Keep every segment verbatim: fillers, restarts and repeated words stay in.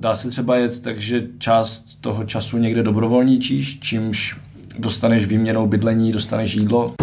Dá se třeba jet tak, že část toho času někde dobrovolníčíš, čímž dostaneš výměnou bydlení, dostaneš jídlo.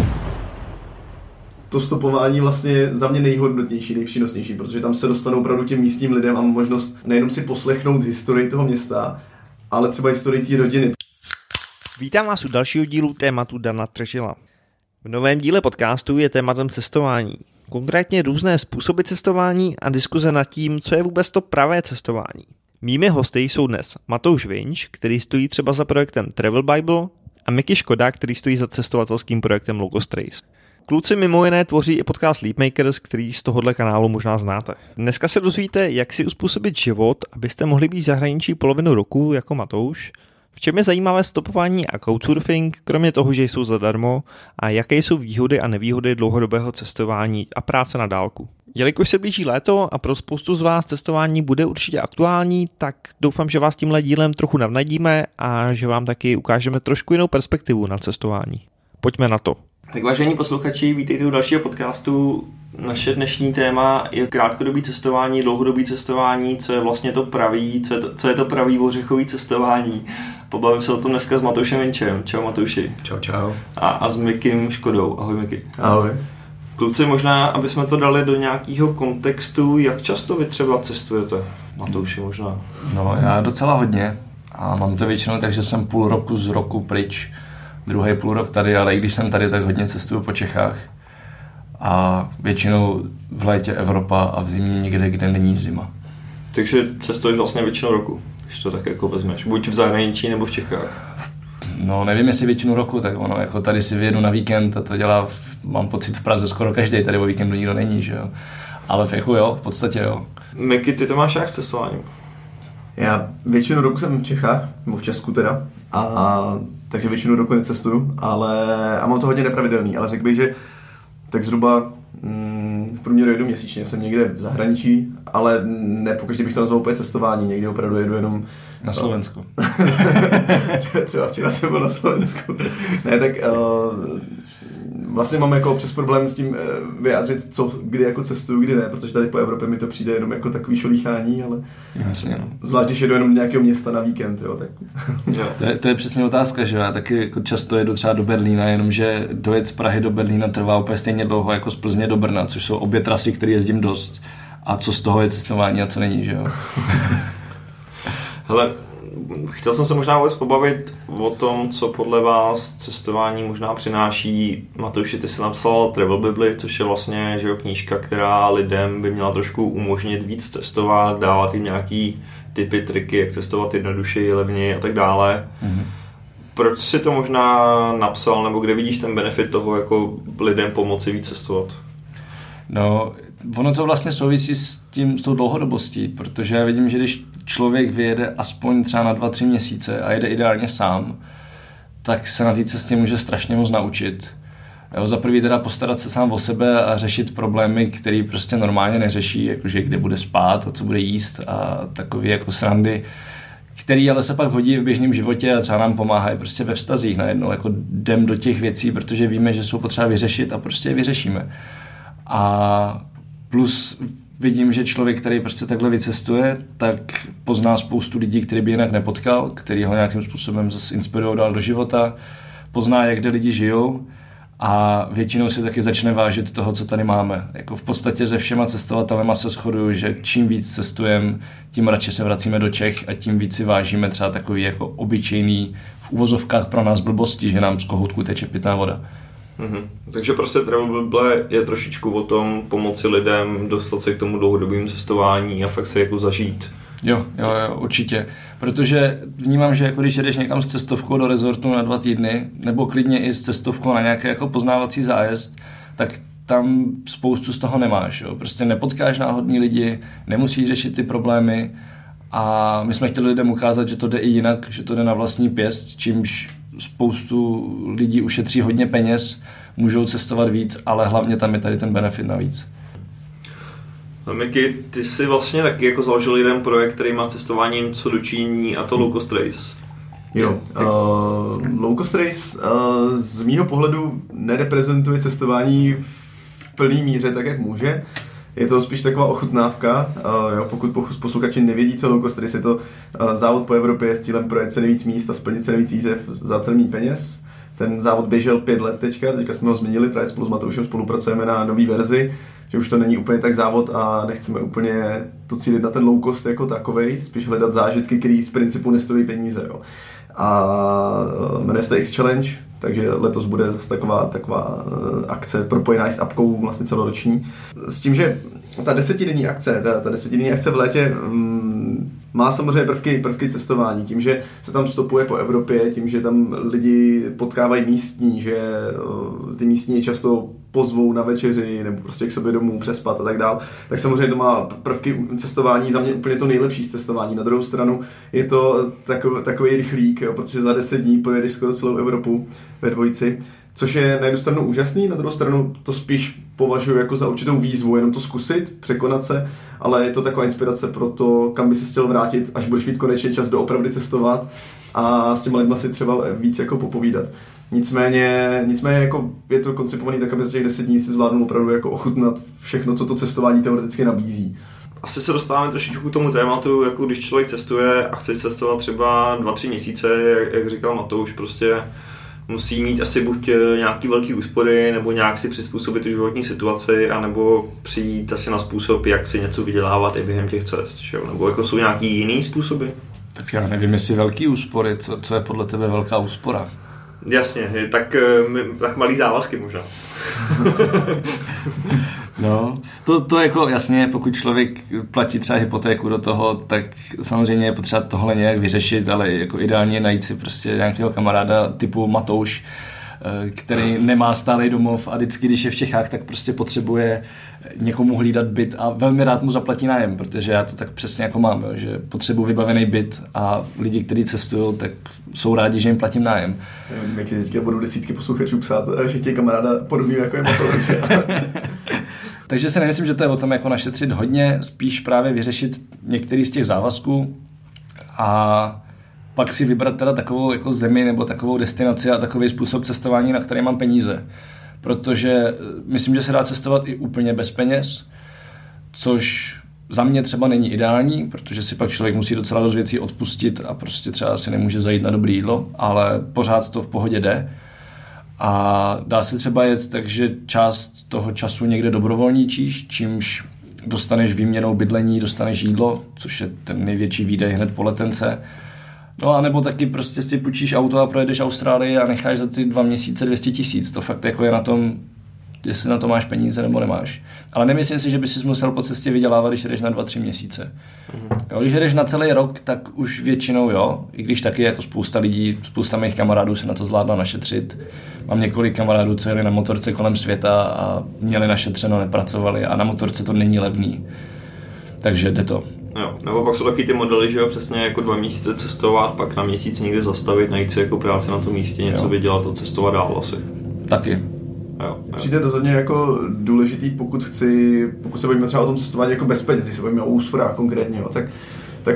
To stopování vlastně je za mě nejhodnotnější, nejpřínosnější, protože tam se dostanou opravdu těm místním lidem a možnost nejenom si poslechnout historii toho města, ale třeba historii té rodiny. Vítám vás u dalšího dílu tématu Dana Tržila. V novém díle podcastu je tématem cestování. Konkrétně různé způsoby cestování a diskuze nad tím, co je vůbec to pravé cestování. Mými hosty jsou dnes Matouš Vinč, který stojí třeba za projektem Travel Bible, a Miky Škoda, který stojí za cestovatelským projektem Logos Trace. Kluci mimo jiné tvoří i podcast Leapmakers, který z tohohle kanálu možná znáte. Dneska se dozvíte, jak si uspůsobit život, abyste mohli být v zahraničí polovinu roku jako Matouš, v čem je zajímavé stopování a couchsurfing, kromě toho, že jsou zadarmo, a jaké jsou výhody a nevýhody dlouhodobého cestování a práce na dálku. Jelikož se blíží léto a pro spoustu z vás cestování bude určitě aktuální, tak doufám, že vás tímhle dílem trochu navnadíme a že vám taky ukážeme trošku jinou perspektivu na cestování. Pojďme na to. Tak vážení posluchači, vítejte u dalšího podcastu. Naše dnešní téma je krátkodobý cestování, dlouhodobý cestování, co je vlastně to pravý, co je to, co je to pravý ořechový cestování. Pobavím se o tom dneska s Matoušem Vinčem. Čau Matouši. Čau, čau. A, a s Mikim Škodou. Ahoj Miky. Ahoj. Kluci, možná, aby jsme to dali do nějakého kontextu, jak často vy třeba cestujete? Matouši možná. No, já docela hodně a mám to většinou tak, že jsem půl roku z roku pryč, druhý půl rok tady, ale i když jsem tady, tak hodně cestuju po Čechách a většinou v létě Evropa a v zimě někde, kde není zima. Takže cestuješ vlastně většinu roku, když to tak jako vezmeš, buď v zahraničí nebo v Čechách. No, nevím, jestli většinu roku, tak ono, jako tady si vyjedu na víkend a to dělá, mám pocit, v Praze skoro každý, tady o víkendu nikdo není, že jo. Ale v jako jo, v podstatě jo. Miky, ty to máš jak s cestováním? Já většinu roku jsem v Čechách, nebo v Česku teda, a takže většinu roku necestuju, ale a mám to hodně nepravidelný, ale řekl bych, že tak zhruba mm, v průměru jedu měsíčně, jsem někde v zahraničí, ale ne pokaždé bych to nazval úplně cestování, někdy opravdu jedu jenom na Slovensku. Třeba včera jsem byl na Slovensku. Ne, tak uh, vlastně mám jako občas problém s tím uh, vyjádřit, co, kdy jako cestuju, kdy ne, protože tady po Evropě mi to přijde jenom jako takový šolíchání, ale jasně, no. Zvlášť, když jedu jenom do nějakého města na víkend, jo, tak. to, je, to je přesně otázka, že já taky jako často jedu třeba do Berlína, jenomže dojet z Prahy do Berlína trvá úplně stejně dlouho jako z Plzně do Brna, což jsou obě trasy, které jezdím dost, a co z toho je cestování a co není, že jo. Hele, chtěl jsem se možná vůbec pobavit o tom, co podle vás cestování možná přináší. Matouši, ty jsi napsal Travel Bible, což je vlastně, že jo, knížka, která lidem by měla trošku umožnit víc cestovat, dávat jim nějaký tipy, triky, jak cestovat jednodušeji, levněji a tak dále. Mm-hmm. Proč jsi to možná napsal, nebo kde vidíš ten benefit toho, jako lidem pomoci víc cestovat? No, ono to vlastně souvisí s tím, s tou dlouhodobostí, protože já vidím, že když člověk vyjede aspoň třeba na dva, tři měsíce a jede ideálně sám, tak se na té cestě může strašně moc naučit. Jo, za prvý teda postarat se sám o sebe a řešit problémy, který prostě normálně neřeší, jakože kde bude spát a co bude jíst a takový jako srandy, který ale se pak hodí v běžném životě a třeba nám pomáhají prostě ve vztazích najednou, jako jdem do těch věcí, protože víme, že jsou potřeba vyřešit a prostě je vyřešíme. A plus vidím, že člověk, který prostě takhle vycestuje, tak pozná spoustu lidí, který by jinak nepotkal, který ho nějakým způsobem zase inspirují dál do života, pozná, jak kde lidi žijou a většinou si taky začne vážit toho, co tady máme. Jako v podstatě se všema cestovatelema se shoduju, že čím víc cestujeme, tím radši se vracíme do Čech a tím víc si vážíme třeba takový jako obyčejný v uvozovkách pro nás blbosti, že nám z kohoutku teče pitná voda. Mm-hmm. Takže prostě Travel Bible je trošičku o tom pomoci lidem dostat se k tomu dlouhodobému cestování a fakt se jako zažít. Jo, jo, jo, určitě. Protože vnímám, že jako když jedeš někam s cestovkou do rezortu na dva týdny, nebo klidně i s cestovkou na nějaký jako poznávací zájezd, tak tam spoustu z toho nemáš. Jo. Prostě nepotkáš náhodní lidi, nemusíš řešit ty problémy a my jsme chtěli lidem ukázat, že to jde i jinak, že to jde na vlastní pěst, čímž spoustu lidí ušetří hodně peněz, můžou cestovat víc, ale hlavně tam je tady ten benefit navíc. A Miky, ty jsi vlastně taky jako založil jeden projekt, který má cestováním co dočinění, a to Logos Trace. Jo, uh, Logos Trace uh, z mýho pohledu nereprezentuje cestování v plný míře tak, jak může. Je to spíš taková ochutnávka, uh, jo, pokud posluchači nevědí, co low cost race, je to uh, závod po Evropě s cílem projet co nejvíc míst a splnit co nejvíc výzev za co nejvíc peněz. Ten závod běžel pět let teďka, teďka jsme ho změnili, právě spolu s Matoušem spolupracujeme na nový verzi, že už to není úplně tak závod a nechceme úplně to cílit na ten low cost jako takovej, spíš hledat zážitky, který z principu nestojí peníze. Jo. A jmenuje se to X-Challenge, takže letos bude zase taková, taková akce propojená s apkou vlastně celoroční. S tím, že ta desetidenní akce, ta, ta desetidenní akce v létě mm, má samozřejmě prvky, prvky cestování, tím, že se tam stopuje po Evropě, tím, že tam lidi potkávají místní, že uh, ty místní často pozvou na večeři nebo prostě k sobě domů přespat a tak dál, tak samozřejmě to má prvky cestování, za mě úplně to nejlepší z cestování. Na druhou stranu je to takový, takový rychlík, jo, protože za deset dní projedeš skoro celou Evropu ve dvojici, což je na jednu stranu úžasný, na druhou stranu to spíš považuji jako za určitou výzvu, jenom to zkusit, překonat se, ale je to taková inspirace pro to, kam by se chtěl vrátit, až budeš mít konečně čas doopravdy cestovat a s těma lidma si třeba víc jako popovídat. Nicméně, nicméně jako je to koncipovaný tak, aby za těch deset dní si zvládnul opravdu jako ochutnat všechno, co to cestování teoreticky nabízí. Asi se dostáváme trošičku k tomu tématu, jako když člověk cestuje a chce cestovat třeba dva tři měsíce, jak, jak říkal Matouš, prostě musí mít asi buď nějaký velký úspory, nebo nějak si přizpůsobit tu životní situaci, anebo přijít asi na způsob, jak si něco vydělávat i během těch cest, že? Nebo jako jsou nějaký jiný způsoby? Tak já nevím, jestli velký úspory, co, co je podle tebe velká úspora? Jasně, tak, tak malý závazky možná. No, to, to jako jasně, pokud člověk platí třeba hypotéku do toho, tak samozřejmě je potřeba tohle nějak vyřešit, ale jako ideálně najít si prostě nějakého kamaráda typu Matouš, který nemá stálý domov a vždycky, když je v Čechách, tak prostě potřebuje někomu hlídat byt a velmi rád mu zaplatí nájem, protože já to tak přesně jako mám, jo, že potřebuji vybavený byt a lidi, kteří cestují, tak jsou rádi, že jim platím nájem. Nevím, jak teďka budou desítky posluchačů psát, že tě kamaráda podobný jako je Matouš. Takže si nemyslím, že to je o tom jako našetřit hodně, spíš právě vyřešit některý z těch závazků a pak si vybrat teda takovou jako zemi nebo takovou destinaci a takový způsob cestování, na který mám peníze. Protože myslím, že se dá cestovat i úplně bez peněz, což za mě třeba není ideální, protože si pak člověk musí docela dost věcí odpustit a prostě třeba si nemůže zajít na dobré jídlo, ale pořád to v pohodě jde. A dá se třeba jet tak, že část toho času někde dobrovolníčíš, čímž dostaneš výměnou bydlení, dostaneš jídlo, což je ten největší výdej hned po letence. No a nebo taky prostě si půjčíš auto a projedeš Austrálii a necháš za ty dva měsíce dvě stě tisíc. To fakt jako je na tom, jestli na to máš peníze nebo nemáš. Ale nemyslím si, že by si musel po cestě vydělávat, když jdeš na dva, tři měsíce. Mm-hmm. Jo, když jdeš na celý rok, tak už většinou jo, i když taky jako spousta lidí, spousta mých kamarádů se na to zvládla našetřit. Mám několik kamarádů, co jeli na motorce kolem světa a měli našetřeno, nepracovali a na motorce to není levný. Takže jde to. Jo, nebo pak jsou taky ty modely, že jo, přesně jako dva měsíce cestovat, pak na měsíc někde zastavit, najít si jako práci na tom místě, něco jo. vydělat a cestovat dál asi. Taky. Jo, jo. Přijde rozhodně jako důležitý, pokud chci, pokud se bavíme třeba o tom cestování jako bez peněz, když se bavíme o úsporách konkrétně, jo, tak tak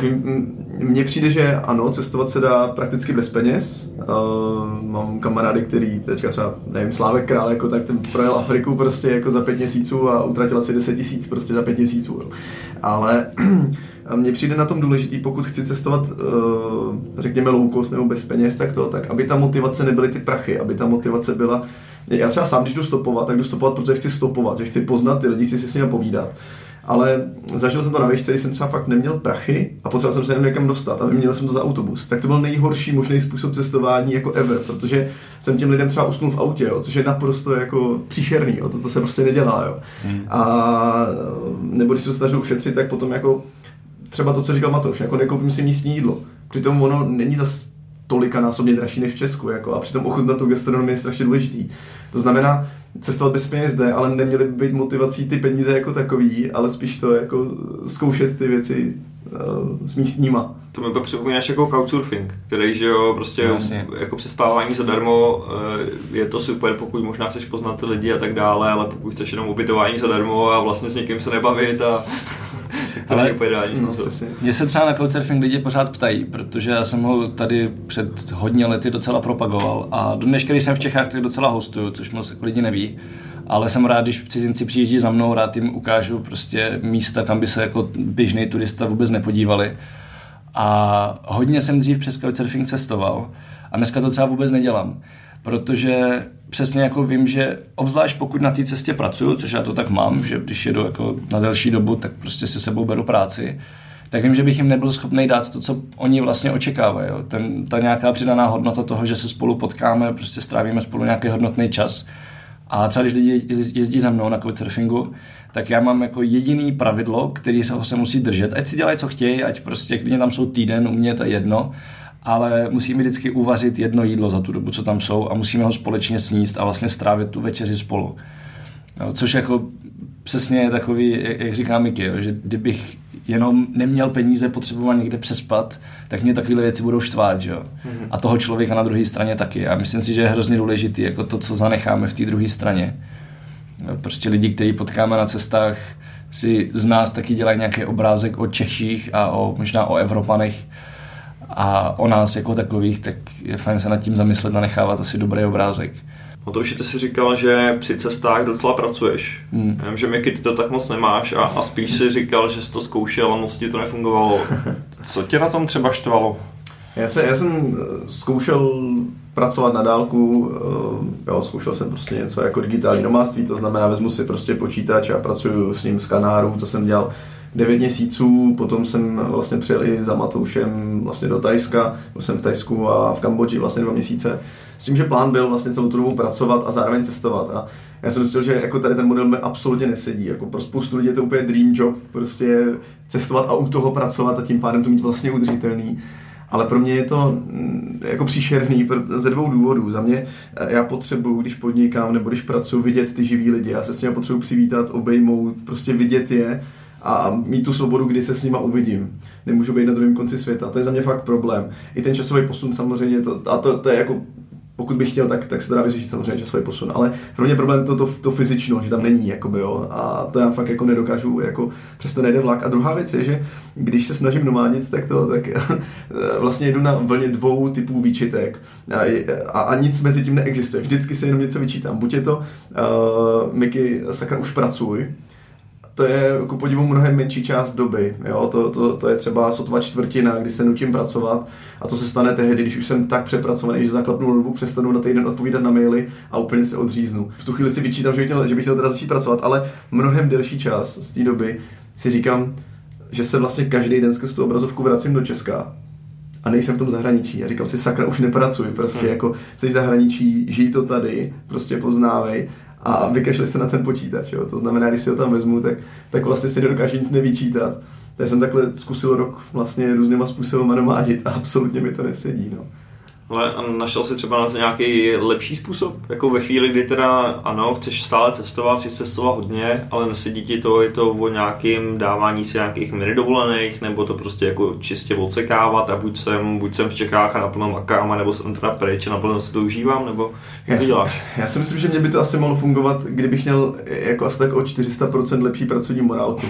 mně přijde, že ano, cestovat se dá prakticky bez peněz. Uh, mám kamarády, který teďka třeba, nevím, Slávek Král, jako tak ten projel Afriku prostě jako za pět měsíců a utratil asi deset tisíc prostě za pět měsíců. Jo. Ale mně přijde na tom důležitý, pokud chci cestovat, uh, řekněme low cost nebo bez peněz, tak to, tak aby ta motivace nebyly ty prachy, aby ta motivace byla. Já třeba sám, když jdu stopovat, tak jdu stopovat, protože chci stopovat, že chci poznat ty lidi, si si s nimi povídat. Ale zažil jsem to na výšce, když jsem třeba fakt neměl prachy a potřeboval jsem se jenom někam dostat a vyměnil jsem to za autobus. Tak to byl nejhorší možný způsob cestování jako ever, protože jsem těm lidem třeba usnul v autě, jo, což je naprosto jako příšerný, jo, to, to se prostě nedělá. Jo. Hmm. A nebo když jsem se snažil ušetřit, tak potom jako třeba to, co říkal Matouš, jako nekoupím si místní jídlo. Přitom ono není zas tolika násobně dražší než v Česku, jako, a přitom ochutnat tu gastronomii je strašně důležitý. To znamená, cestovat bez peněz jde, ale neměly by být motivací ty peníze jako takový, ale spíš to jako zkoušet ty věci uh, s místníma. To mi pak připomínáš jako couchsurfing, který, že jo, prostě vlastně. Jako přespávání zadarmo, uh, je to super, pokud možná chceš poznat ty lidi a tak dále, ale pokud chceš jenom ubytování zadarmo a vlastně s někým se nebavit a to ale no, mě se třeba na couchsurfing lidi pořád ptají, protože já jsem ho tady před hodně lety docela propagoval a do dneška, když jsem v Čechách, tak docela hostuju, což moc jako lidi neví. ale jsem rád, když cizinci přijíždí za mnou, rád jim ukážu prostě místa, kam by se jako běžný turista vůbec nepodívali. A hodně jsem dřív přes Couchsurfing cestoval a dneska to třeba vůbec nedělám, protože přesně jako vím, že obzvlášť pokud na té cestě pracuju, což já to tak mám, že když jedu jako na delší dobu, tak prostě si sebou beru práci, tak vím, že bych jim nebyl schopný dát to, co oni vlastně očekávají. Jo. Ten, ta nějaká přidaná hodnota toho, že se spolu potkáme, prostě strávíme spolu nějaký hodnotný čas. A třeba když lidi jezdí za mnou na Couchsurfingu, tak já mám jako jediný pravidlo, který se ho se musí držet. Ať si dělají, co chtějí, ať prostě, když tam jsou týden, u mě to je jedno, ale musíme vždycky uvařit jedno jídlo za tu dobu, co tam jsou a musíme ho společně sníst a vlastně strávit tu večeři spolu. No, což jako přesně je takový, jak, jak říká Miky, jo, že kdybych jenom neměl peníze, potřeboval někde přespat, tak mě takovéhle věci budou štvát, že jo. Mm-hmm. A toho člověka na druhé straně taky. A myslím si, že je hrozně důležitý jako to, co zanecháme v té druhé straně. Prostě lidi, kteří potkáme na cestách, si z nás taky dělají nějaký obrázek o Češích a o, možná o Evropanech a o nás jako takových, tak je fajn se nad tím zamyslet a nechávat asi dobrý obrázek. No to už ty si říkal, že při cestách docela pracuješ. Hmm. Já vím, že Miky, ty to tak moc nemáš a, a spíš si říkal, že jsi to zkoušel a moc ti to nefungovalo. Co tě na tom třeba štvalo? Já, se, já jsem zkoušel pracovat na dálku, jo, zkoušel jsem prostě něco jako digitální nomádství, to znamená, vezmu si prostě počítač a pracuju s ním z Kanáru, to jsem dělal devět měsíců, potom jsem vlastně přijel i za Matoušem vlastně do Thajska, byl jsem v Thajsku a v Kambodži vlastně dva měsíce, s tím, že plán byl vlastně celou tu dobu pracovat a zároveň cestovat a já jsem myslel, že jako tady ten model mi absolutně nesedí, jako pro spoustu lidí je to úplně dream job, prostě cestovat a u toho pracovat a tím pádem to mít vlastně udržitelný. Ale pro mě je to jako příšerný ze dvou důvodů. Za mě já potřebuju, když podnikám nebo když pracuji, vidět ty živý lidi. Já se s nimi potřebuji přivítat, obejmout, prostě vidět je a mít tu svobodu, kdy se s nima uvidím. Nemůžu být na druhém konci světa. To je za mě fakt problém. I ten časový posun samozřejmě, to, a to, to je jako pokud bych chtěl, tak, tak se to dá vyřešit samozřejmě časový posun, ale pro mě je problém to, to, to fyzično, že tam není, jakoby, jo, a to já fakt jako nedokážu, jako přesto nejde vlak. A druhá věc je, že když se snažím nomádit, tak to, tak vlastně jedu na vlně dvou typů výčitek a, a, a nic mezi tím neexistuje, vždycky se jenom něco vyčítám, buď je to uh, Miky, sakra, už pracuj, to je ku podivu mnohem menší část doby. Jo? To, to, to je třeba sotva čtvrtina, kdy se nutím pracovat a to se stane tehdy, když už jsem tak přepracovaný, že zaklapnu dobu, přestanu na týden odpovídat na maily a úplně se odříznu. V tu chvíli si vyčítám, že bych chtěl, že bych chtěl teda začít pracovat, ale mnohem delší čas z té doby si říkám, že se vlastně každý den skrz tu obrazovku vracím do Česka a nejsem v tom zahraničí. A říkám si, sakra, už nepracuji, prostě hmm. jako jsi v zahraničí, žij to tady, prostě poznávej. A vykašli se na ten počítač, jo. To znamená, když si ho tam vezmu, tak, tak vlastně si nedokážu nic nevyčítat. Tak jsem takhle zkusil rok vlastně různýma způsoby nomádit a absolutně mi to nesedí, no. Ale našel jsi třeba na to nějaký lepší způsob? Jako ve chvíli, kdy teda ano, chceš stále cestovat, chceš cestovat hodně, ale nesedí ti to, je to o nějakým dávání si nějakých mini dovolených, nebo to prostě jako čistě odsekávat a buď jsem, buď jsem v Čechách a naplno makám, nebo jsem teda pryč a naplno si to užívám, nebo jak to děláš? Já si myslím, že mě by to asi mohlo fungovat, kdybych měl jako asi tak o čtyři sta procent lepší pracovní morálku.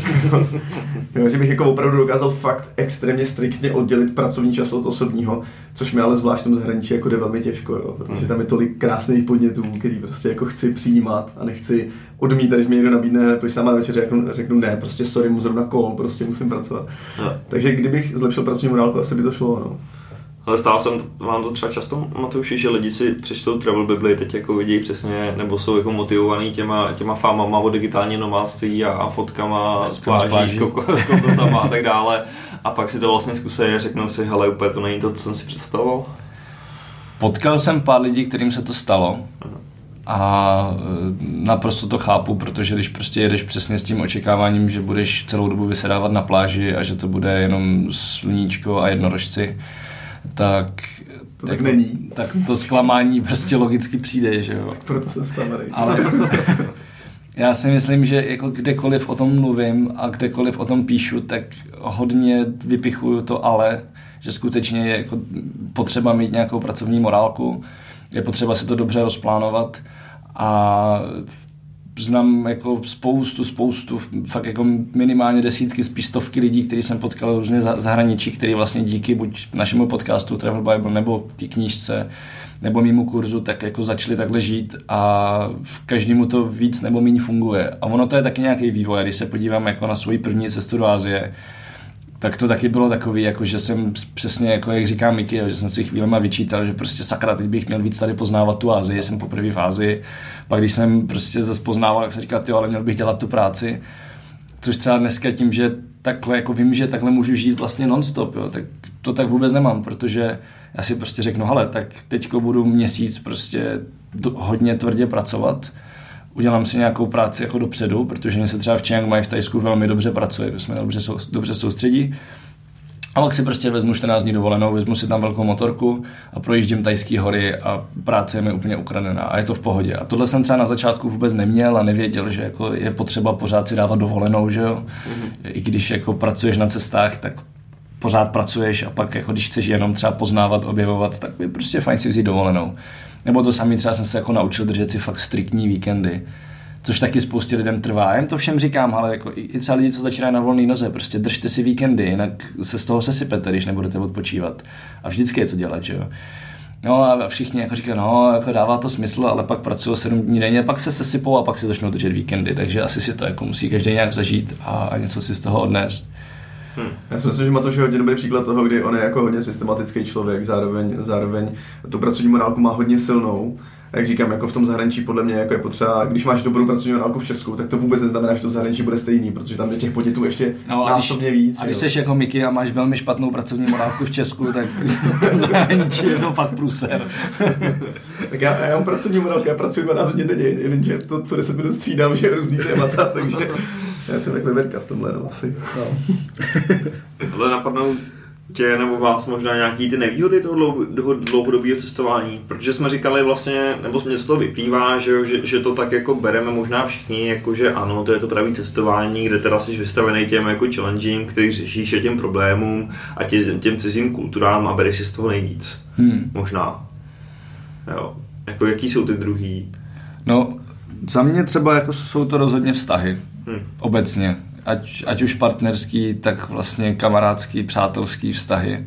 Jo, že bych jako opravdu dokázal fakt extrémně striktně oddělit pracovní čas od osobního, což mi ale zvlášť v tom zahraničí jako jde velmi těžko, jo, protože tam je tolik krásných podnětů, který prostě jako chci přijímat a nechci odmítat, když mi někdo nabídne, protože sama na večer řeknu, řeknu ne, prostě sorry, mu zrovna call, prostě musím pracovat. No. Takže kdybych zlepšil pracovní morálku, asi by to šlo, no. Ale stál jsem, vám to třeba často, Matouši, že lidi si přečtou Travel Bibli, teď jako vidějí přesně, nebo jsou jako motivovaný těma, těma fámama o digitální nomádství a, a fotkama z pláží, s kokosama a tak dále. A pak si to vlastně zkusejí a řeknou si, hele, úplně to není to, co jsem si představoval. Potkal jsem pár lidí, kterým se to stalo. A naprosto to chápu, protože když prostě jedeš přesně s tím očekáváním, že budeš celou dobu vysedávat na pláži a že to bude jenom sluníčko a jednorožci, tak, to tak, není. tak to zklamání prostě logicky přijde, že jo. Tak proto jsem zklamaný. Ale já si myslím, že jako kdekoliv o tom mluvím a kdekoliv o tom píšu, tak hodně vypichuju to ale, že skutečně je jako potřeba mít nějakou pracovní morálku, je potřeba si to dobře rozplánovat a znám jako spoustu, spoustu, fakt jako minimálně desítky, spíš stovky lidí, který jsem potkal různě zahraničí, který vlastně díky buď našemu podcastu Travel Bible nebo té knížce nebo mýmu kurzu, tak jako začali takhle žít a v každému to víc nebo méně funguje. A ono to je taky nějaký vývoj, když se podívám jako na svoji první cestu do Asie, tak to taky bylo takový, jako že jsem přesně, jako jak říká Miky, že jsem si chvílema vyčítal, že prostě sakra, teď bych měl víc tady poznávat tu Asii, jsem poprvé v Asii. Pak když jsem prostě zase poznával, tak jsem říkal, tyjo, ale měl bych dělat tu práci. Což třeba dneska tím, že takhle, jako vím, že takhle můžu žít vlastně non-stop, jo, tak to tak vůbec nemám, protože já si prostě řeknu, hele, tak teďko budu měsíc prostě hodně tvrdě pracovat, udělám si nějakou práci jako dopředu, protože mě se třeba v Chiang Mai v Thajsku velmi dobře pracuje, protože jsme dobře, sou, dobře soustředí. A pak si prostě vezmu čtrnáct dní dovolenou, vezmu si tam velkou motorku a projíždím Thajské hory a práce je mi úplně ukradená a je to v pohodě. A tohle jsem třeba na začátku vůbec neměl a nevěděl, že jako je potřeba pořád si dávat dovolenou, že jo. Mm-hmm. I když jako pracuješ na cestách, tak pořád pracuješ a pak jako když chceš jenom třeba poznávat, objevovat, tak je prostě fajn si vzít dovolenou. Nebo to samý třeba jsem se jako naučil držet si fakt striktní víkendy, což taky spoustě lidem trvá. Já jim to všem říkám, ale jako i třeba lidi, co začínají na volné noze, prostě držte si víkendy, jinak se z toho sesypete, když nebudete odpočívat. A vždycky je co dělat, že jo. No a všichni jako říkají, no, jako dává to smysl, ale pak pracují sedm dní denně, pak se sesypou a pak si začnou držet víkendy, takže asi si to jako musí každý nějak zažít a něco si z toho odnést. Hmm. Já si myslím, že Matouš je hodně dobrý příklad toho, kdy on je jako hodně systematický člověk, zároveň, zároveň tu pracovní morálku má hodně silnou. A jak říkám, jako v tom zahraničí podle mě jako je potřeba, když máš dobrou pracovní morálku v Česku, tak to vůbec neznamená, že to v zahraničí bude stejný, protože tam je těch podnětů ještě no, násobně víc. A když jsi jako Miky a máš velmi špatnou pracovní morálku v Česku, tak v zahraničí je to fakt průser. Tak já, já mám pracovní morálku, já pracuji dvanáct hodin denně, jenže to, co deset minut střídám, že je různý témata, takže já jsem jako verka v tomhle, no asi. No. Ale napadnou tě nebo vás možná nějaký ty nevýhody toho dlouhodobého cestování, protože jsme říkali vlastně, nebo mě z toho vyplývá, že, že, že to tak jako bereme možná všichni, jako že ano, to je to pravý cestování, kde teda jsi vystavený těm jako challenging, který řešíš a těm problémům a tě, těm cizím kulturám a bereš si z toho nejvíc. Hmm. Možná. Jo. Jako jaký jsou ty druhý? No, za mě třeba jako jsou to rozhodně vztahy. Hmm. Obecně. Ať, ať už partnerský, tak vlastně kamarádský, přátelský vztahy.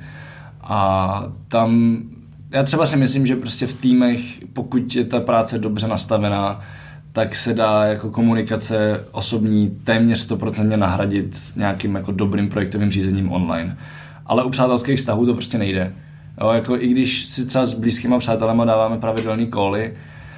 A tam, já třeba si myslím, že prostě v týmech, pokud je ta práce dobře nastavená, tak se dá jako komunikace osobní téměř sto procent nahradit nějakým jako dobrým projektovým řízením online. Ale u přátelských vztahů to prostě nejde. Jo, jako i když si třeba s blízkýma přátelema dáváme pravidelný cally,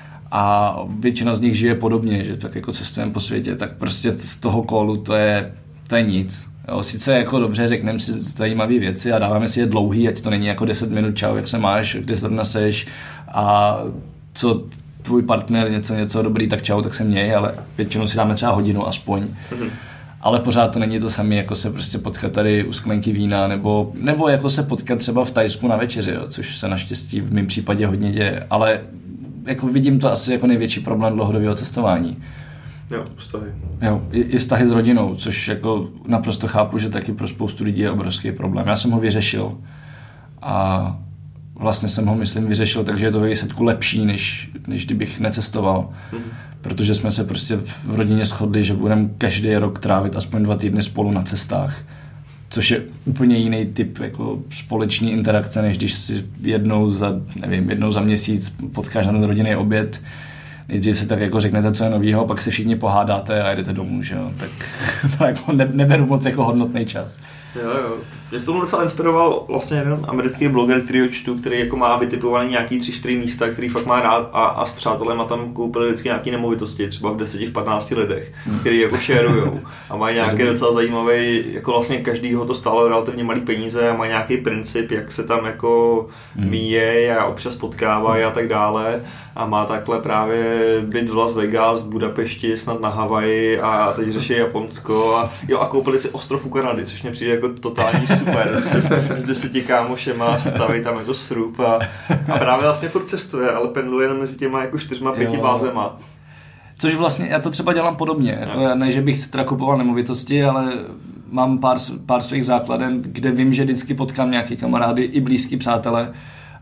a většina z nich žije podobně, že tak jako cestujeme po světě, tak prostě z toho callu to je, to je nic. Jo, sice jako dobře řekneme si zajímavé věci a dáváme si je dlouhý, ať to není jako deset minut, čau, jak se máš, kde zrovna seš a co tvůj partner, něco, něco dobrý, tak čau, tak se měj, ale většinou si dáme třeba hodinu aspoň. Mm-hmm. Ale pořád to není to samé, jako se prostě potkat tady u sklenky vína, nebo, nebo jako se potkat třeba v Thajsku na večeři, jo, což se naštěstí v mém případě hodně děje, ale jako vidím to asi jako největší problém dlouhodobého cestování. Jo, vztahy. Jo, i, i vztahy s rodinou, což jako naprosto chápu, že taky pro spoustu lidí je obrovský problém. Já jsem ho vyřešil a vlastně jsem ho, myslím, vyřešil, takže je to ve výsledku lepší, než, než kdybych necestoval. Mm-hmm. Protože jsme se prostě v rodině shodli, že budeme každý rok trávit aspoň dva týdny spolu na cestách. Což je úplně jiný typ jako společní interakce, než když si jednou za, nevím, jednou za měsíc potkáš na ten rodinný oběd. Nejdřív si tak jako řeknete, co je novýho, pak se všichni pohádáte a jedete domů, že jo. Tak to jako ne, neberu moc jako hodnotný čas. Jo, jo. Mě v tomhle se inspiroval vlastně jeden americký bloger, který ho čtu, který jako má vytipovaný nějaký tři čtyři místa, který fakt má rád a, a s přátelema tam koupili vždycky nějaký nemovitosti, třeba v deseti v patnácti lidech, hmm. který jako šerujou a mají nějaký docela zajímavý, jako vlastně každýho to stálo relativně malý peníze a mají nějaký princip, jak se tam jako hmm. míjejí a občas potkávají a tak dále a má takhle právě byt v Las Vegas, v Budapešti, snad na Havaji a teď řeší Japonsko a jo a koupili si ostrov u Kanady, což mě přijde jako totální super. S deseti kámošema staví tam jako srub a, a právě vlastně furt cestuje, ale pendluje jenom mezi těma jako čtyřma, pěti jo. bázema. Což vlastně, já to třeba dělám podobně. Jako, ne, že bych teda kupoval nemovitosti, ale mám pár, pár svých základen, kde vím, že vždycky potkám nějaký kamarády i blízký přátelé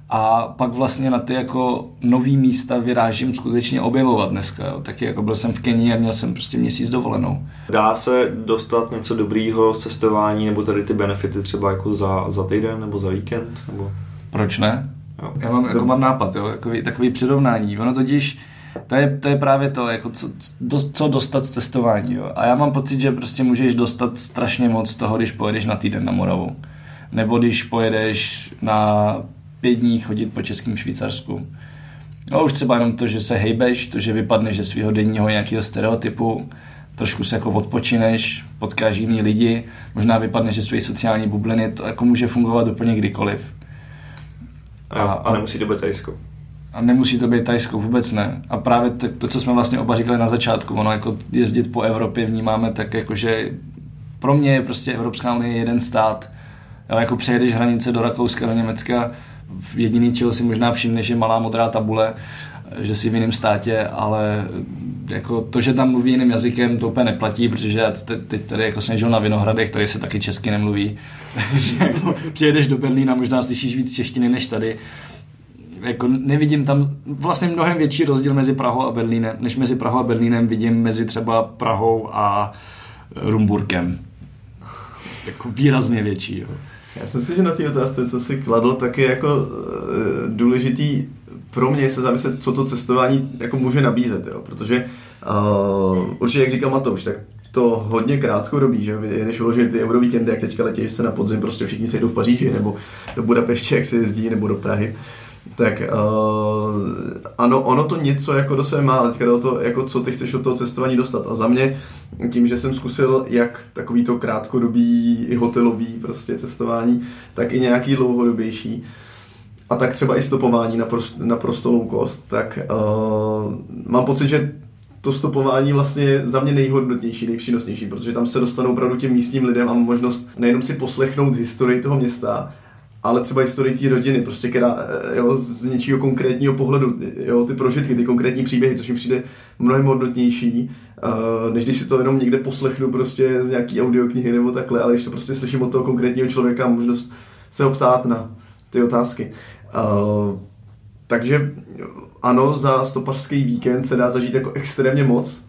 A pak vlastně na ty jako nový místa vyrážím skutečně objevovat dneska. Jo. Taky jako byl jsem v Kenii a měl jsem prostě měsíc dovolenou. Dá se dostat něco dobrýho z cestování nebo tady ty benefity třeba jako za, za týden nebo za víkend? Nebo... Proč ne? Jo. Já mám, jako mám nápad, jo, takový, takový přirovnání. Ono totiž, to je, to je právě to, jako co, co dostat z cestování. Jo. A já mám pocit, že prostě můžeš dostat strašně moc z toho, když pojedeš na týden na Moravu. Nebo když pojedeš na pět dní chodit po českém Švýcarsku. No už třeba jenom to, že se hejbeš, to, že vypadneš ze svého denního nějakého stereotypu, trošku se jako odpočineš, potkáš jiný lidi, možná vypadneš ze své sociální bubliny, to jako může fungovat úplně kdykoliv. A, a, a nemusí to být Thajsko. A nemusí to být Thajsko, vůbec ne. A právě to, to, co jsme vlastně oba říkali na začátku, ono jako jezdit po Evropě vnímáme tak jako, že pro mě je prostě Evropská unie jeden stát. Ale jako přejedeš hranice do Rakouska, do Německa, jediný, čeho si možná všimneš, je malá modrá tabule, že jsi v jiném státě, ale jako to, že tam mluví jiným jazykem, to úplně neplatí, protože já teď tady jako jsem žil na Vinohradech, tady se taky česky nemluví. Takže jako přijedeš do Berlína, možná slyšíš víc češtiny než tady. Jako nevidím tam vlastně mnohem větší rozdíl mezi Prahou a Berlínem, než mezi Prahou a Berlínem vidím mezi třeba Prahou a Rumburkem. Jako výrazně větší. Jo. Já si myslím, že na té otázce, co jsi kladl, tak je jako e, důležitý pro mě se zamyslet, co to cestování jako může nabízet, jo? Protože e, určitě, jak říkal Matouš, tak to hodně krátkodobí, že jedeš vyložit ty eurovíkendy, jak teďka letěš se na podzim, prostě všichni se jdou v Paříži, nebo do Budapešti, jak se jezdí, nebo do Prahy. Tak uh, ano, ono to něco jako do sebe má, ale teďka do toho, jako co ty chceš od toho cestování dostat. A za mě, tím, že jsem zkusil jak takový to krátkodobý i hotelový prostě cestování, tak i nějaký dlouhodobější. A tak třeba i stopování naprosto, naprosto low cost, tak uh, mám pocit, že to stopování vlastně je za mě nejhodnotnější, nejpřínosnější, protože tam se dostanou opravdu těm místním lidem a mám možnost nejenom si poslechnout historii toho města, ale třeba historii té rodiny, prostě která, jo, z něčího konkrétního pohledu, jo, ty prožitky, ty konkrétní příběhy, což mi přijde mnohem hodnotnější, uh, než když si to jenom někde poslechnu prostě z nějaký audioknihy nebo takhle, ale když to prostě slyším od toho konkrétního člověka a možnost se ho ptát na ty otázky. Uh, takže ano, za stopařský víkend se dá zažít jako extrémně moc.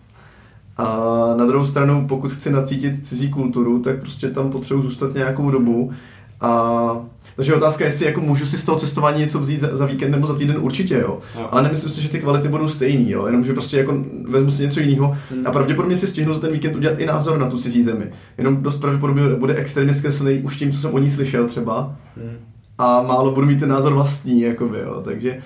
A na druhou stranu, pokud chci nacítit cizí kulturu, tak prostě tam potřebuji zůstat nějakou dobu. A takže otázka je, jestli jako můžu si z toho cestování něco vzít za, za víkend nebo za týden, určitě, jo. jo. Ale nemyslím si, že ty kvality budou stejný, jo. Jenom že prostě jako vezmu si něco jiného hmm. a pravděpodobně si stihnu za ten víkend udělat i názor na tu cizí zemi. Jenom dost pravděpodobně bude extrémně zkreslený už tím, co jsem o ní slyšel třeba. Hmm. A málo budu mít ten názor vlastní, jakoby, jo. Takže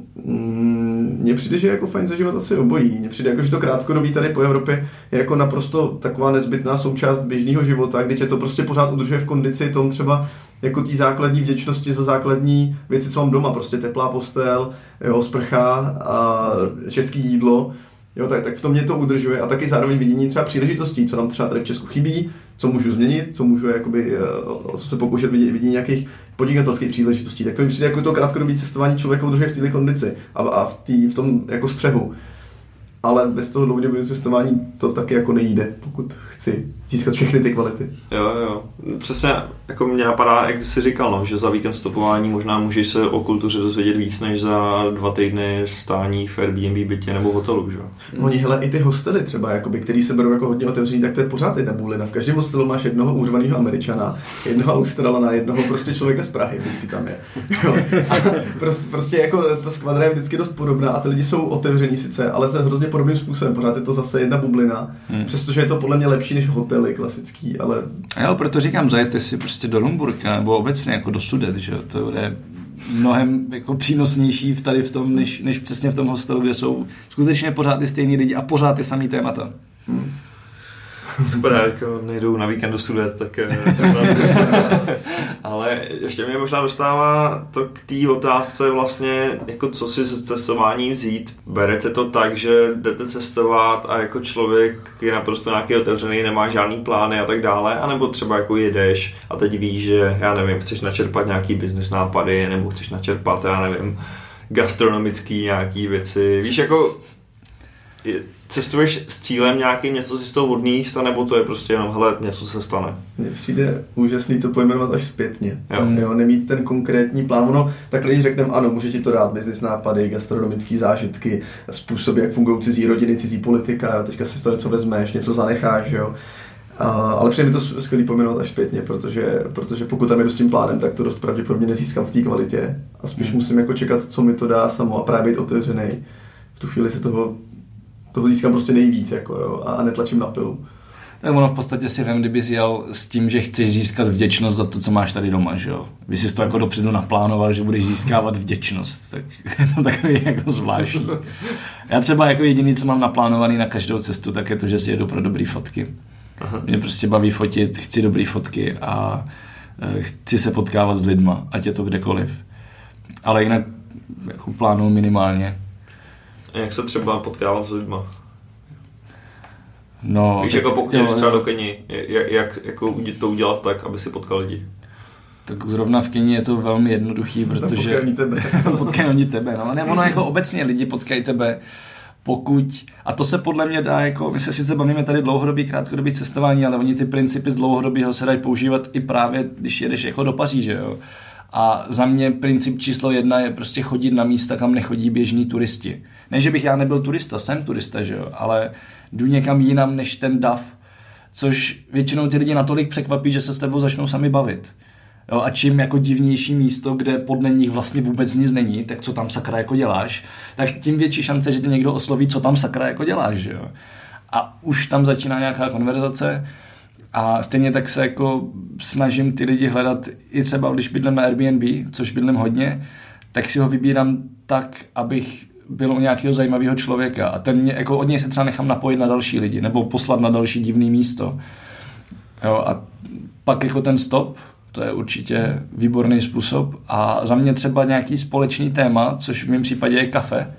mně přijde, že je jako fajn zažívat asi obojí. Mně přijde, jako, že to krátkodobí tady po Evropě je jako naprosto taková nezbytná součást běžného života, kde tě to prostě pořád udržuje v kondici tom třeba jako té základní vděčnosti za základní věci, co mám doma, prostě teplá postel, jo, sprcha a české jídlo. Jo, tak, tak v tom mě to udržuje a taky zároveň vidění třeba příležitostí, co nám třeba tady v Česku chybí, co můžu změnit, co můžu jakoby, o co se pokoušet vidět, vidění nějakých podnikatelských příležitostí. Tak to mi přijde jako to krátkodobé cestování člověka udržuje v této kondici a, a v, tý, v tom jako střehu. Ale bez toho dlouhodobého cestování to taky jako nejde, pokud chci získat všechny ty kvality. Jo, jo. Přesně, jako mě napadá, jak jsi říkal, no, že za víkend stopování možná můžeš se o kultuře dozvědět víc, než za dva týdny stání v Airbnb bytě nebo hotelu, že? Oni, hele, i ty hostely třeba, jakoby, který se berou jako hodně otevřený, tak to je pořád jedna bůlina. V každém hostelu máš jednoho úřvanýho Američana, jednoho Australana, jednoho prostě člověka z Prahy, vždycky tam je. Jo. A prostě, prostě jako ta skvadra je vždycky dost podobná a ty lidi jsou otevření sice, ale se hrozně podobným způsobem. Pořád je to zase jedna bublina, hmm. přestože je to podle mě lepší než hotely klasický, ale... Jo, proto říkám, zajete si prostě do Rumburka nebo obecně jako do Sudet, že jo, to je mnohem jako přínosnější v tady v tom, než, než přesně v tom hostelu, kde jsou skutečně pořád ty stejný lidi a pořád ty samý témata. Hmm. Super, jako nejdou na víkend do Sudet, tak ale ještě mě možná dostává to k té otázce vlastně, jako co si z cestování vzít. Berete to tak, že jdete cestovat a jako člověk je naprosto nějaký otevřený, nemá žádný plány a tak dále, anebo třeba jako jedeš a teď víš, že já nevím, chceš načerpat nějaký business nápady, nebo chceš načerpat, já nevím, gastronomický nějaký věci, víš, jako Cestuješ s cílem nějakým něco si z toho odníst, nebo to je prostě jenom, hele, něco se stane? Mně přijde úžasný to pojmenovat až zpětně. Jo. Jo, nemít ten konkrétní plán. Ono, takhle když řekneme, ano, může ti to dát business nápady, gastronomické zážitky, způsoby, jak fungují cizí rodiny, cizí politika, jo, teďka si to něco vezmeš, něco zanecháš, jo. A, ale přijde mi to skvělý pojmenovat až zpětně, protože, protože pokud tam jdu s tím plánem, tak to dost pravděpodobně nezískám v té kvalitě a spíš hmm. musím jako čekat, co mi to dá samo a právě být otevřený. V tu chvíli se toho toho získám prostě nejvíc jako, jo, a netlačím na pilu. Tak ono v podstatě si vem, kdyby jsi jel s tím, že chceš získat vděčnost za to, co máš tady doma, že jo. Vy jsi to jako dopředu naplánoval, že budeš získávat vděčnost, tak je to takový jako zvláštní. Já třeba jako jediný, co mám naplánovaný na každou cestu, tak je to, že si jedu pro dobrý fotky. Aha. Mě prostě baví fotit, chci dobrý fotky a chci se potkávat s lidma, ať je to kdekoliv. Ale jinak jako plánuju minimálně. A jak se třeba potkávat s lidma? No, víš, tak, jako pokud jo, jdeš třeba do Keni, jak, jak jako to udělat tak, aby si potkal lidi? Tak zrovna v Keni je to velmi jednoduchý, protože... Potkají oni tebe. Potkají oni tebe, no. Ne, ono jako obecně lidi potkají tebe, pokud... A to se podle mě dá, jako... My se sice bavíme tady dlouhodobý, krátkodobý cestování, ale oni ty principy z dlouhodobého se dají používat i právě, když jedeš jako do Paříže, jo. A za mě princip číslo jedna je prostě chodit na místa, kam nechodí běžní turisti. Ne, že bych já nebyl turista, jsem turista, že jo, ale jdu někam jinam než ten dav, což většinou ty lidi natolik překvapí, že se s tebou začnou sami bavit. Jo, a čím jako divnější místo, kde podle nich vlastně vůbec nic není, tak co tam sakra jako děláš, tak tím větší šance, že ty někdo osloví, co tam sakra jako děláš, že jo. A už tam začíná nějaká konverzace. A stejně tak se jako snažím ty lidi hledat i třeba, když bydlím na Airbnb, což bydlím hodně, tak si ho vybírám tak, abych byl u nějakého zajímavého člověka a ten mě, jako od něj se třeba nechám napojit na další lidi nebo poslat na další divný místo. Jo, a pak jako ten stop, to je určitě výborný způsob a za mě třeba nějaký společný téma, což v mém případě je kafe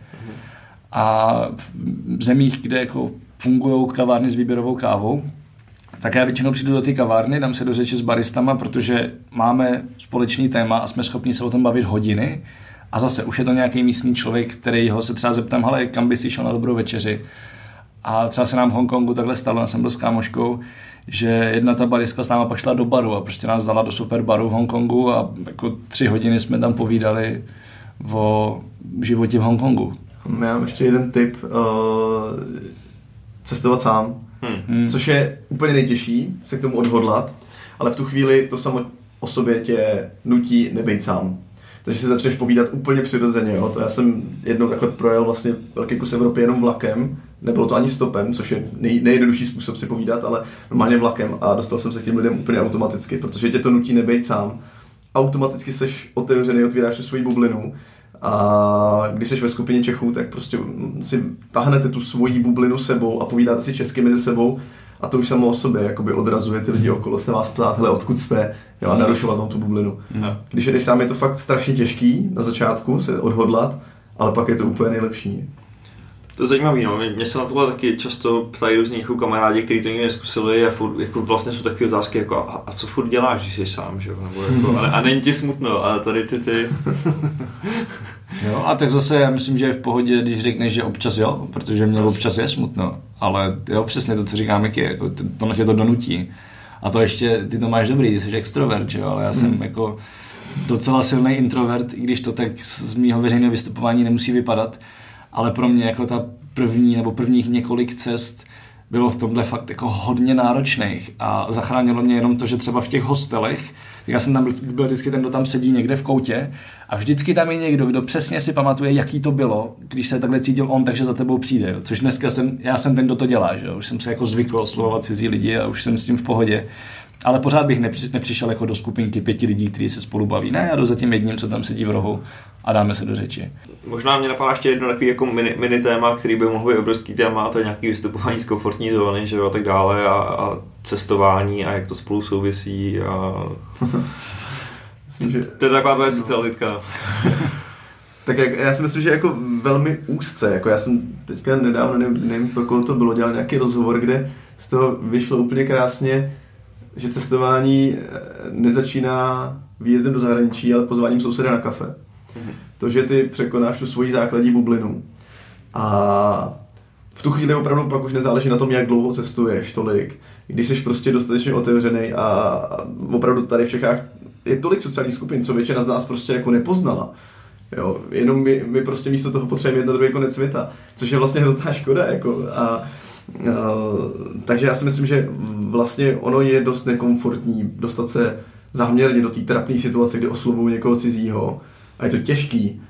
a v zemích, kde jako fungují kavárny s výběrovou kávou, tak já většinou přijdu do té kavárny, dám se do řeči s baristama, protože máme společný téma a jsme schopni se o tom bavit hodiny. A zase už je to nějaký místní člověk, který ho se třeba zeptám, hele, kam by si šel na dobrou večeři. A třeba se nám v Hongkongu takhle stalo, já jsem byl s kámoškou, že jedna ta baristka s náma pak šla do baru a prostě nás dala do super baru v Hongkongu a jako tři hodiny jsme tam povídali o životě v Hongkongu. Já mám ještě jeden tip, uh, cestovat sám. Hmm. Což je úplně nejtěžší se k tomu odhodlat, ale v tu chvíli to samo o sobě tě nutí nebejt sám. Takže si začneš povídat úplně přirozeně. Jo? To já jsem jednou takhle projel vlastně velký kus Evropy jenom vlakem, nebylo to ani stopem, což je nej, nejjednodušší způsob si povídat, ale normálně vlakem a dostal jsem se k těm lidem úplně automaticky, protože tě to nutí nebejt sám. Automaticky seš otevřený, otvíráš tu svoji bublinu. A když jsi ve skupině Čechů, tak prostě si tahnete tu svoji bublinu sebou a povídáte si česky mezi sebou a to už samo o sobě jakoby odrazuje ty lidi okolo se vás ptát, hele, odkud jste, jo, a narušovat vám tu bublinu. No. Když jdeš sám, je to fakt strašně těžký na začátku se odhodlat, ale pak je to úplně nejlepší. To je zajímavý, no. Mě se na tohle taky často ptají různí kamarádi, kteří to nikdy neskusili a furt, jako vlastně jsou takové otázky jako a, a co furt děláš, když jsi sám, že? Nebo jako, a, a není ti smutno, ale tady ty ty... Jo, a tak zase já myslím, že je v pohodě, když řekneš, že občas jo, protože mě občas je smutno, ale jo, přesně to, co říkám, jak je, jako to, to tě to donutí. A to ještě, ty to máš dobrý, ty jsi extrovert, že jo, ale já jsem hmm. jako docela silný introvert, i když to tak z mýho veřejného vystupování nemusí vypadat, ale pro mě jako ta první nebo prvních několik cest bylo v tomhle fakt jako hodně náročných a zachránilo mě jenom to, že třeba v těch hostelech, já jsem tam byl, byl vždycky ten, kdo tam sedí někde v koutě a vždycky tam je někdo, kdo přesně si pamatuje, jaký to bylo, když se takhle cítil on, takže za tebou přijde, jo. Což dneska jsem, já jsem ten, kdo to dělá, že jo. Už jsem se jako zvykl oslovovat cizí lidi a už jsem s tím v pohodě. Ale pořád bych nepři, nepřišel jako do skupinky pěti lidí, kteří se spolu baví. Ne, já jdu za tím jedním, co tam sedí v rohu a dáme se do řeči. Možná mě napadá ještě jedno takový jako mini, mini téma, který by mohl být obrovský téma, to je nějaký vystupování z komfortní zóny, že jo, a tak dále a, a cestování a jak to spolu souvisí a... Myslím, že... To je taková tvoje specialitka. Tak jak, já si myslím, že jako velmi úzce, jako já jsem teďka nedávno, nevím, nevím pro koho to bylo, dělal nějaký rozhovor, kde z toho vyšlo úplně krásně, že cestování nezačíná výjezdem do zahraničí, ale pozváním souseda na kafe. Mm-hmm. To, že ty překonáš tu svoji základní bublinu a v tu chvíli opravdu pak už nezáleží na tom, jak dlouho cestuješ tolik. Když jsi prostě dostatečně otevřený a, a opravdu tady v Čechách je tolik sociálních skupin, co většina z nás prostě jako nepoznala. Jo, jenom my, my prostě místo toho potřebujeme jet na druhý konec světa, což je vlastně hrozná škoda. Jako, a, a, takže já si myslím, že vlastně ono je dost nekomfortní dostat se záměrně do té trapné situace, kdy oslovuju někoho cizího a je to těžký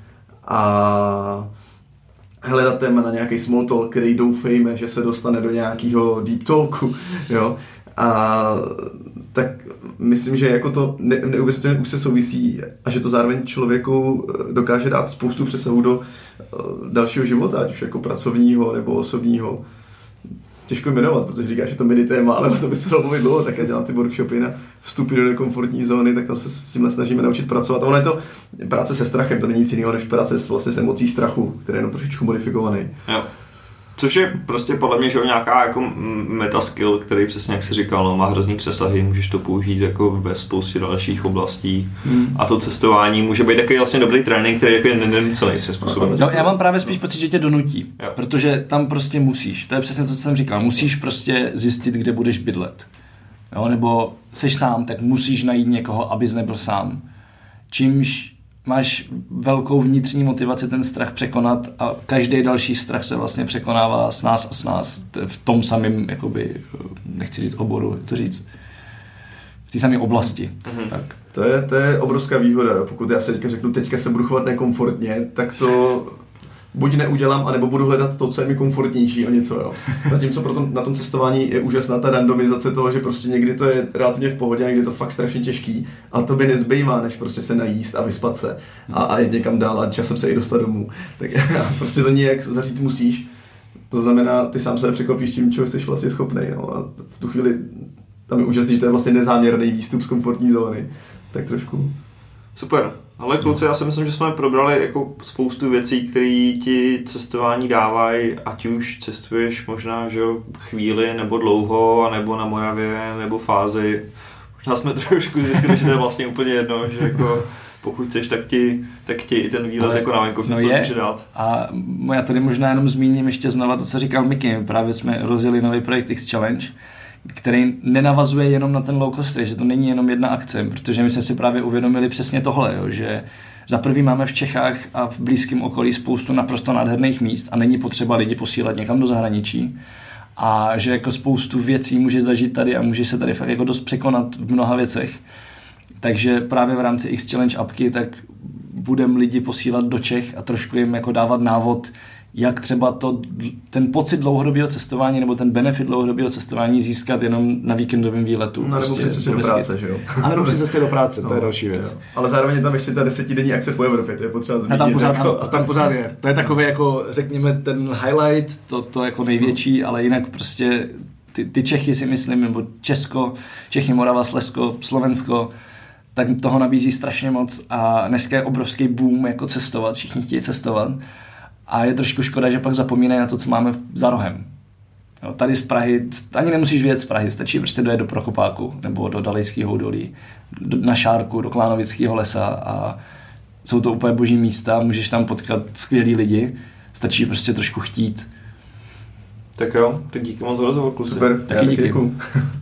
a hledat téma na nějaký small talk, který doufejme, že se dostane do nějakého deep talku, jo, a tak myslím, že jako to ne, neuvěřitelně už se souvisí a že to zároveň člověku dokáže dát spoustu přesahů do dalšího života, ať už jako pracovního nebo osobního. Těžko jmenovat, protože říkáš, že to mini téma, ale o to by se dalo mluvit dlouho, tak já dělám ty workshopy na vstupy do nekomfortní zóny, tak tam se s tímhle snažíme naučit pracovat. A ono je to práce se strachem, to není nic jiného než práce s, vlastně s emocí strachu, který je jenom trošičku modifikovaný. Jo. Což je prostě podle mě, že nějaká jako metaskill, který přesně jak jsi říkal, no, má hrozný přesahy, můžeš to použít jako ve spoustě dalších oblastí. Hmm. A to cestování může být takový vlastně dobrý trénink, který jako je nenucený se způsobem. No, já mám právě spíš pocit, že tě donutí, jo. Protože tam prostě musíš, to je přesně to, co jsem říkal, musíš prostě zjistit, kde budeš bydlet. Jo, nebo seš sám, tak musíš najít někoho, abys nebyl sám. Čímž máš velkou vnitřní motivaci ten strach překonat a každý další strach se vlastně překonává s nás a s nás v tom samém, jakoby, nechci říct oboru, jak to říct, v té samé oblasti. Mm-hmm. Tak. To je, to je obrovská výhoda, jo. Pokud já se teďka řeknu, teďka se budu chovat nekomfortně, tak to buď neudělám, anebo budu hledat to, co je mi komfortnější o něco. Jo. Zatímco proto na tom cestování je úžasná ta randomizace toho, že prostě někdy to je relativně v pohodě a někdy je to fakt strašně těžký a to by nezbývá, než prostě se najíst a vyspat se a, a jít někam dál a časem se i dostat domů. Tak prostě to nějak zařít musíš. To znamená, ty sám sebe překvapíš tím, čeho jsi vlastně schopnej. No. A v tu chvíli tam je úžasný, že to je vlastně nezáměrný výstup z komfortní zóny. Tak trošku. Super. Ale kluci, já si myslím, že jsme probrali jako spoustu věcí, které ti cestování dávají, ať už cestuješ možná že chvíli nebo dlouho, nebo na Moravě, nebo fázi. Možná jsme trošku zjistili, že to je vlastně úplně jedno, že jako pokud chceš, tak ti, tak ti i ten výlet ale, jako na venkov něco no může dát. A já tady možná jenom zmíním ještě znova to, co říkal Miky. Právě jsme rozjeli nový projekt X Challenge, který nenavazuje jenom na ten low cost, že to není jenom jedna akce, protože my jsme si právě uvědomili přesně tohle, jo, že za prvý máme v Čechách a v blízkém okolí spoustu naprosto nádherných míst a není potřeba lidi posílat někam do zahraničí a že jako spoustu věcí může zažít tady a může se tady fakt jako dost překonat v mnoha věcech. Takže právě v rámci X Challenge apky tak budeme lidi posílat do Čech a trošku jim jako dávat návod, jak třeba to, ten pocit dlouhodobého cestování nebo ten benefit dlouhodobého cestování získat jenom na víkendovém výletu. No, prostě nebo při cestě do práce, že jo? A nebo při cestě do práce, no, to je další věc. Jo. Ale zároveň je tam ještě ta desetidenní akce po Evropě, to je potřeba zmínit. A tam pořád, jako, a tam pořád je. To je takový jako, řekněme, ten highlight, to, to jako největší, ale jinak prostě ty, ty Čechy si myslím, nebo Česko, Čechy, Morava, Slezsko, Slovensko, tak toho nabízí strašně moc a dneska je obrovský boom jako cestovat, všichni chtějí cestovat. A je trošku škoda, že pak zapomínají na to, co máme za rohem. Jo, tady z Prahy, ani nemusíš vyjet z Prahy, stačí prostě dojet do Prokopáku nebo do Dalejského údolí, do, na Šárku, do Klánovického lesa a jsou to úplně boží místa, můžeš tam potkat skvělý lidi, stačí prostě trošku chtít. Tak jo, tak díky moc za rozhovor, kluci. Super, taky díky. Děkuju.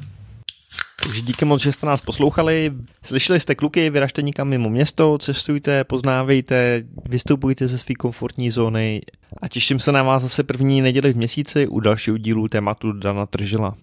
Takže díky moc, že jste nás poslouchali. Slyšeli jste kluky, vyražte nikam mimo město, cestujte, poznávejte, vystupujte ze své komfortní zóny a těším se na vás zase první neděli v měsíci u dalšího dílu tématu Dana Tržila.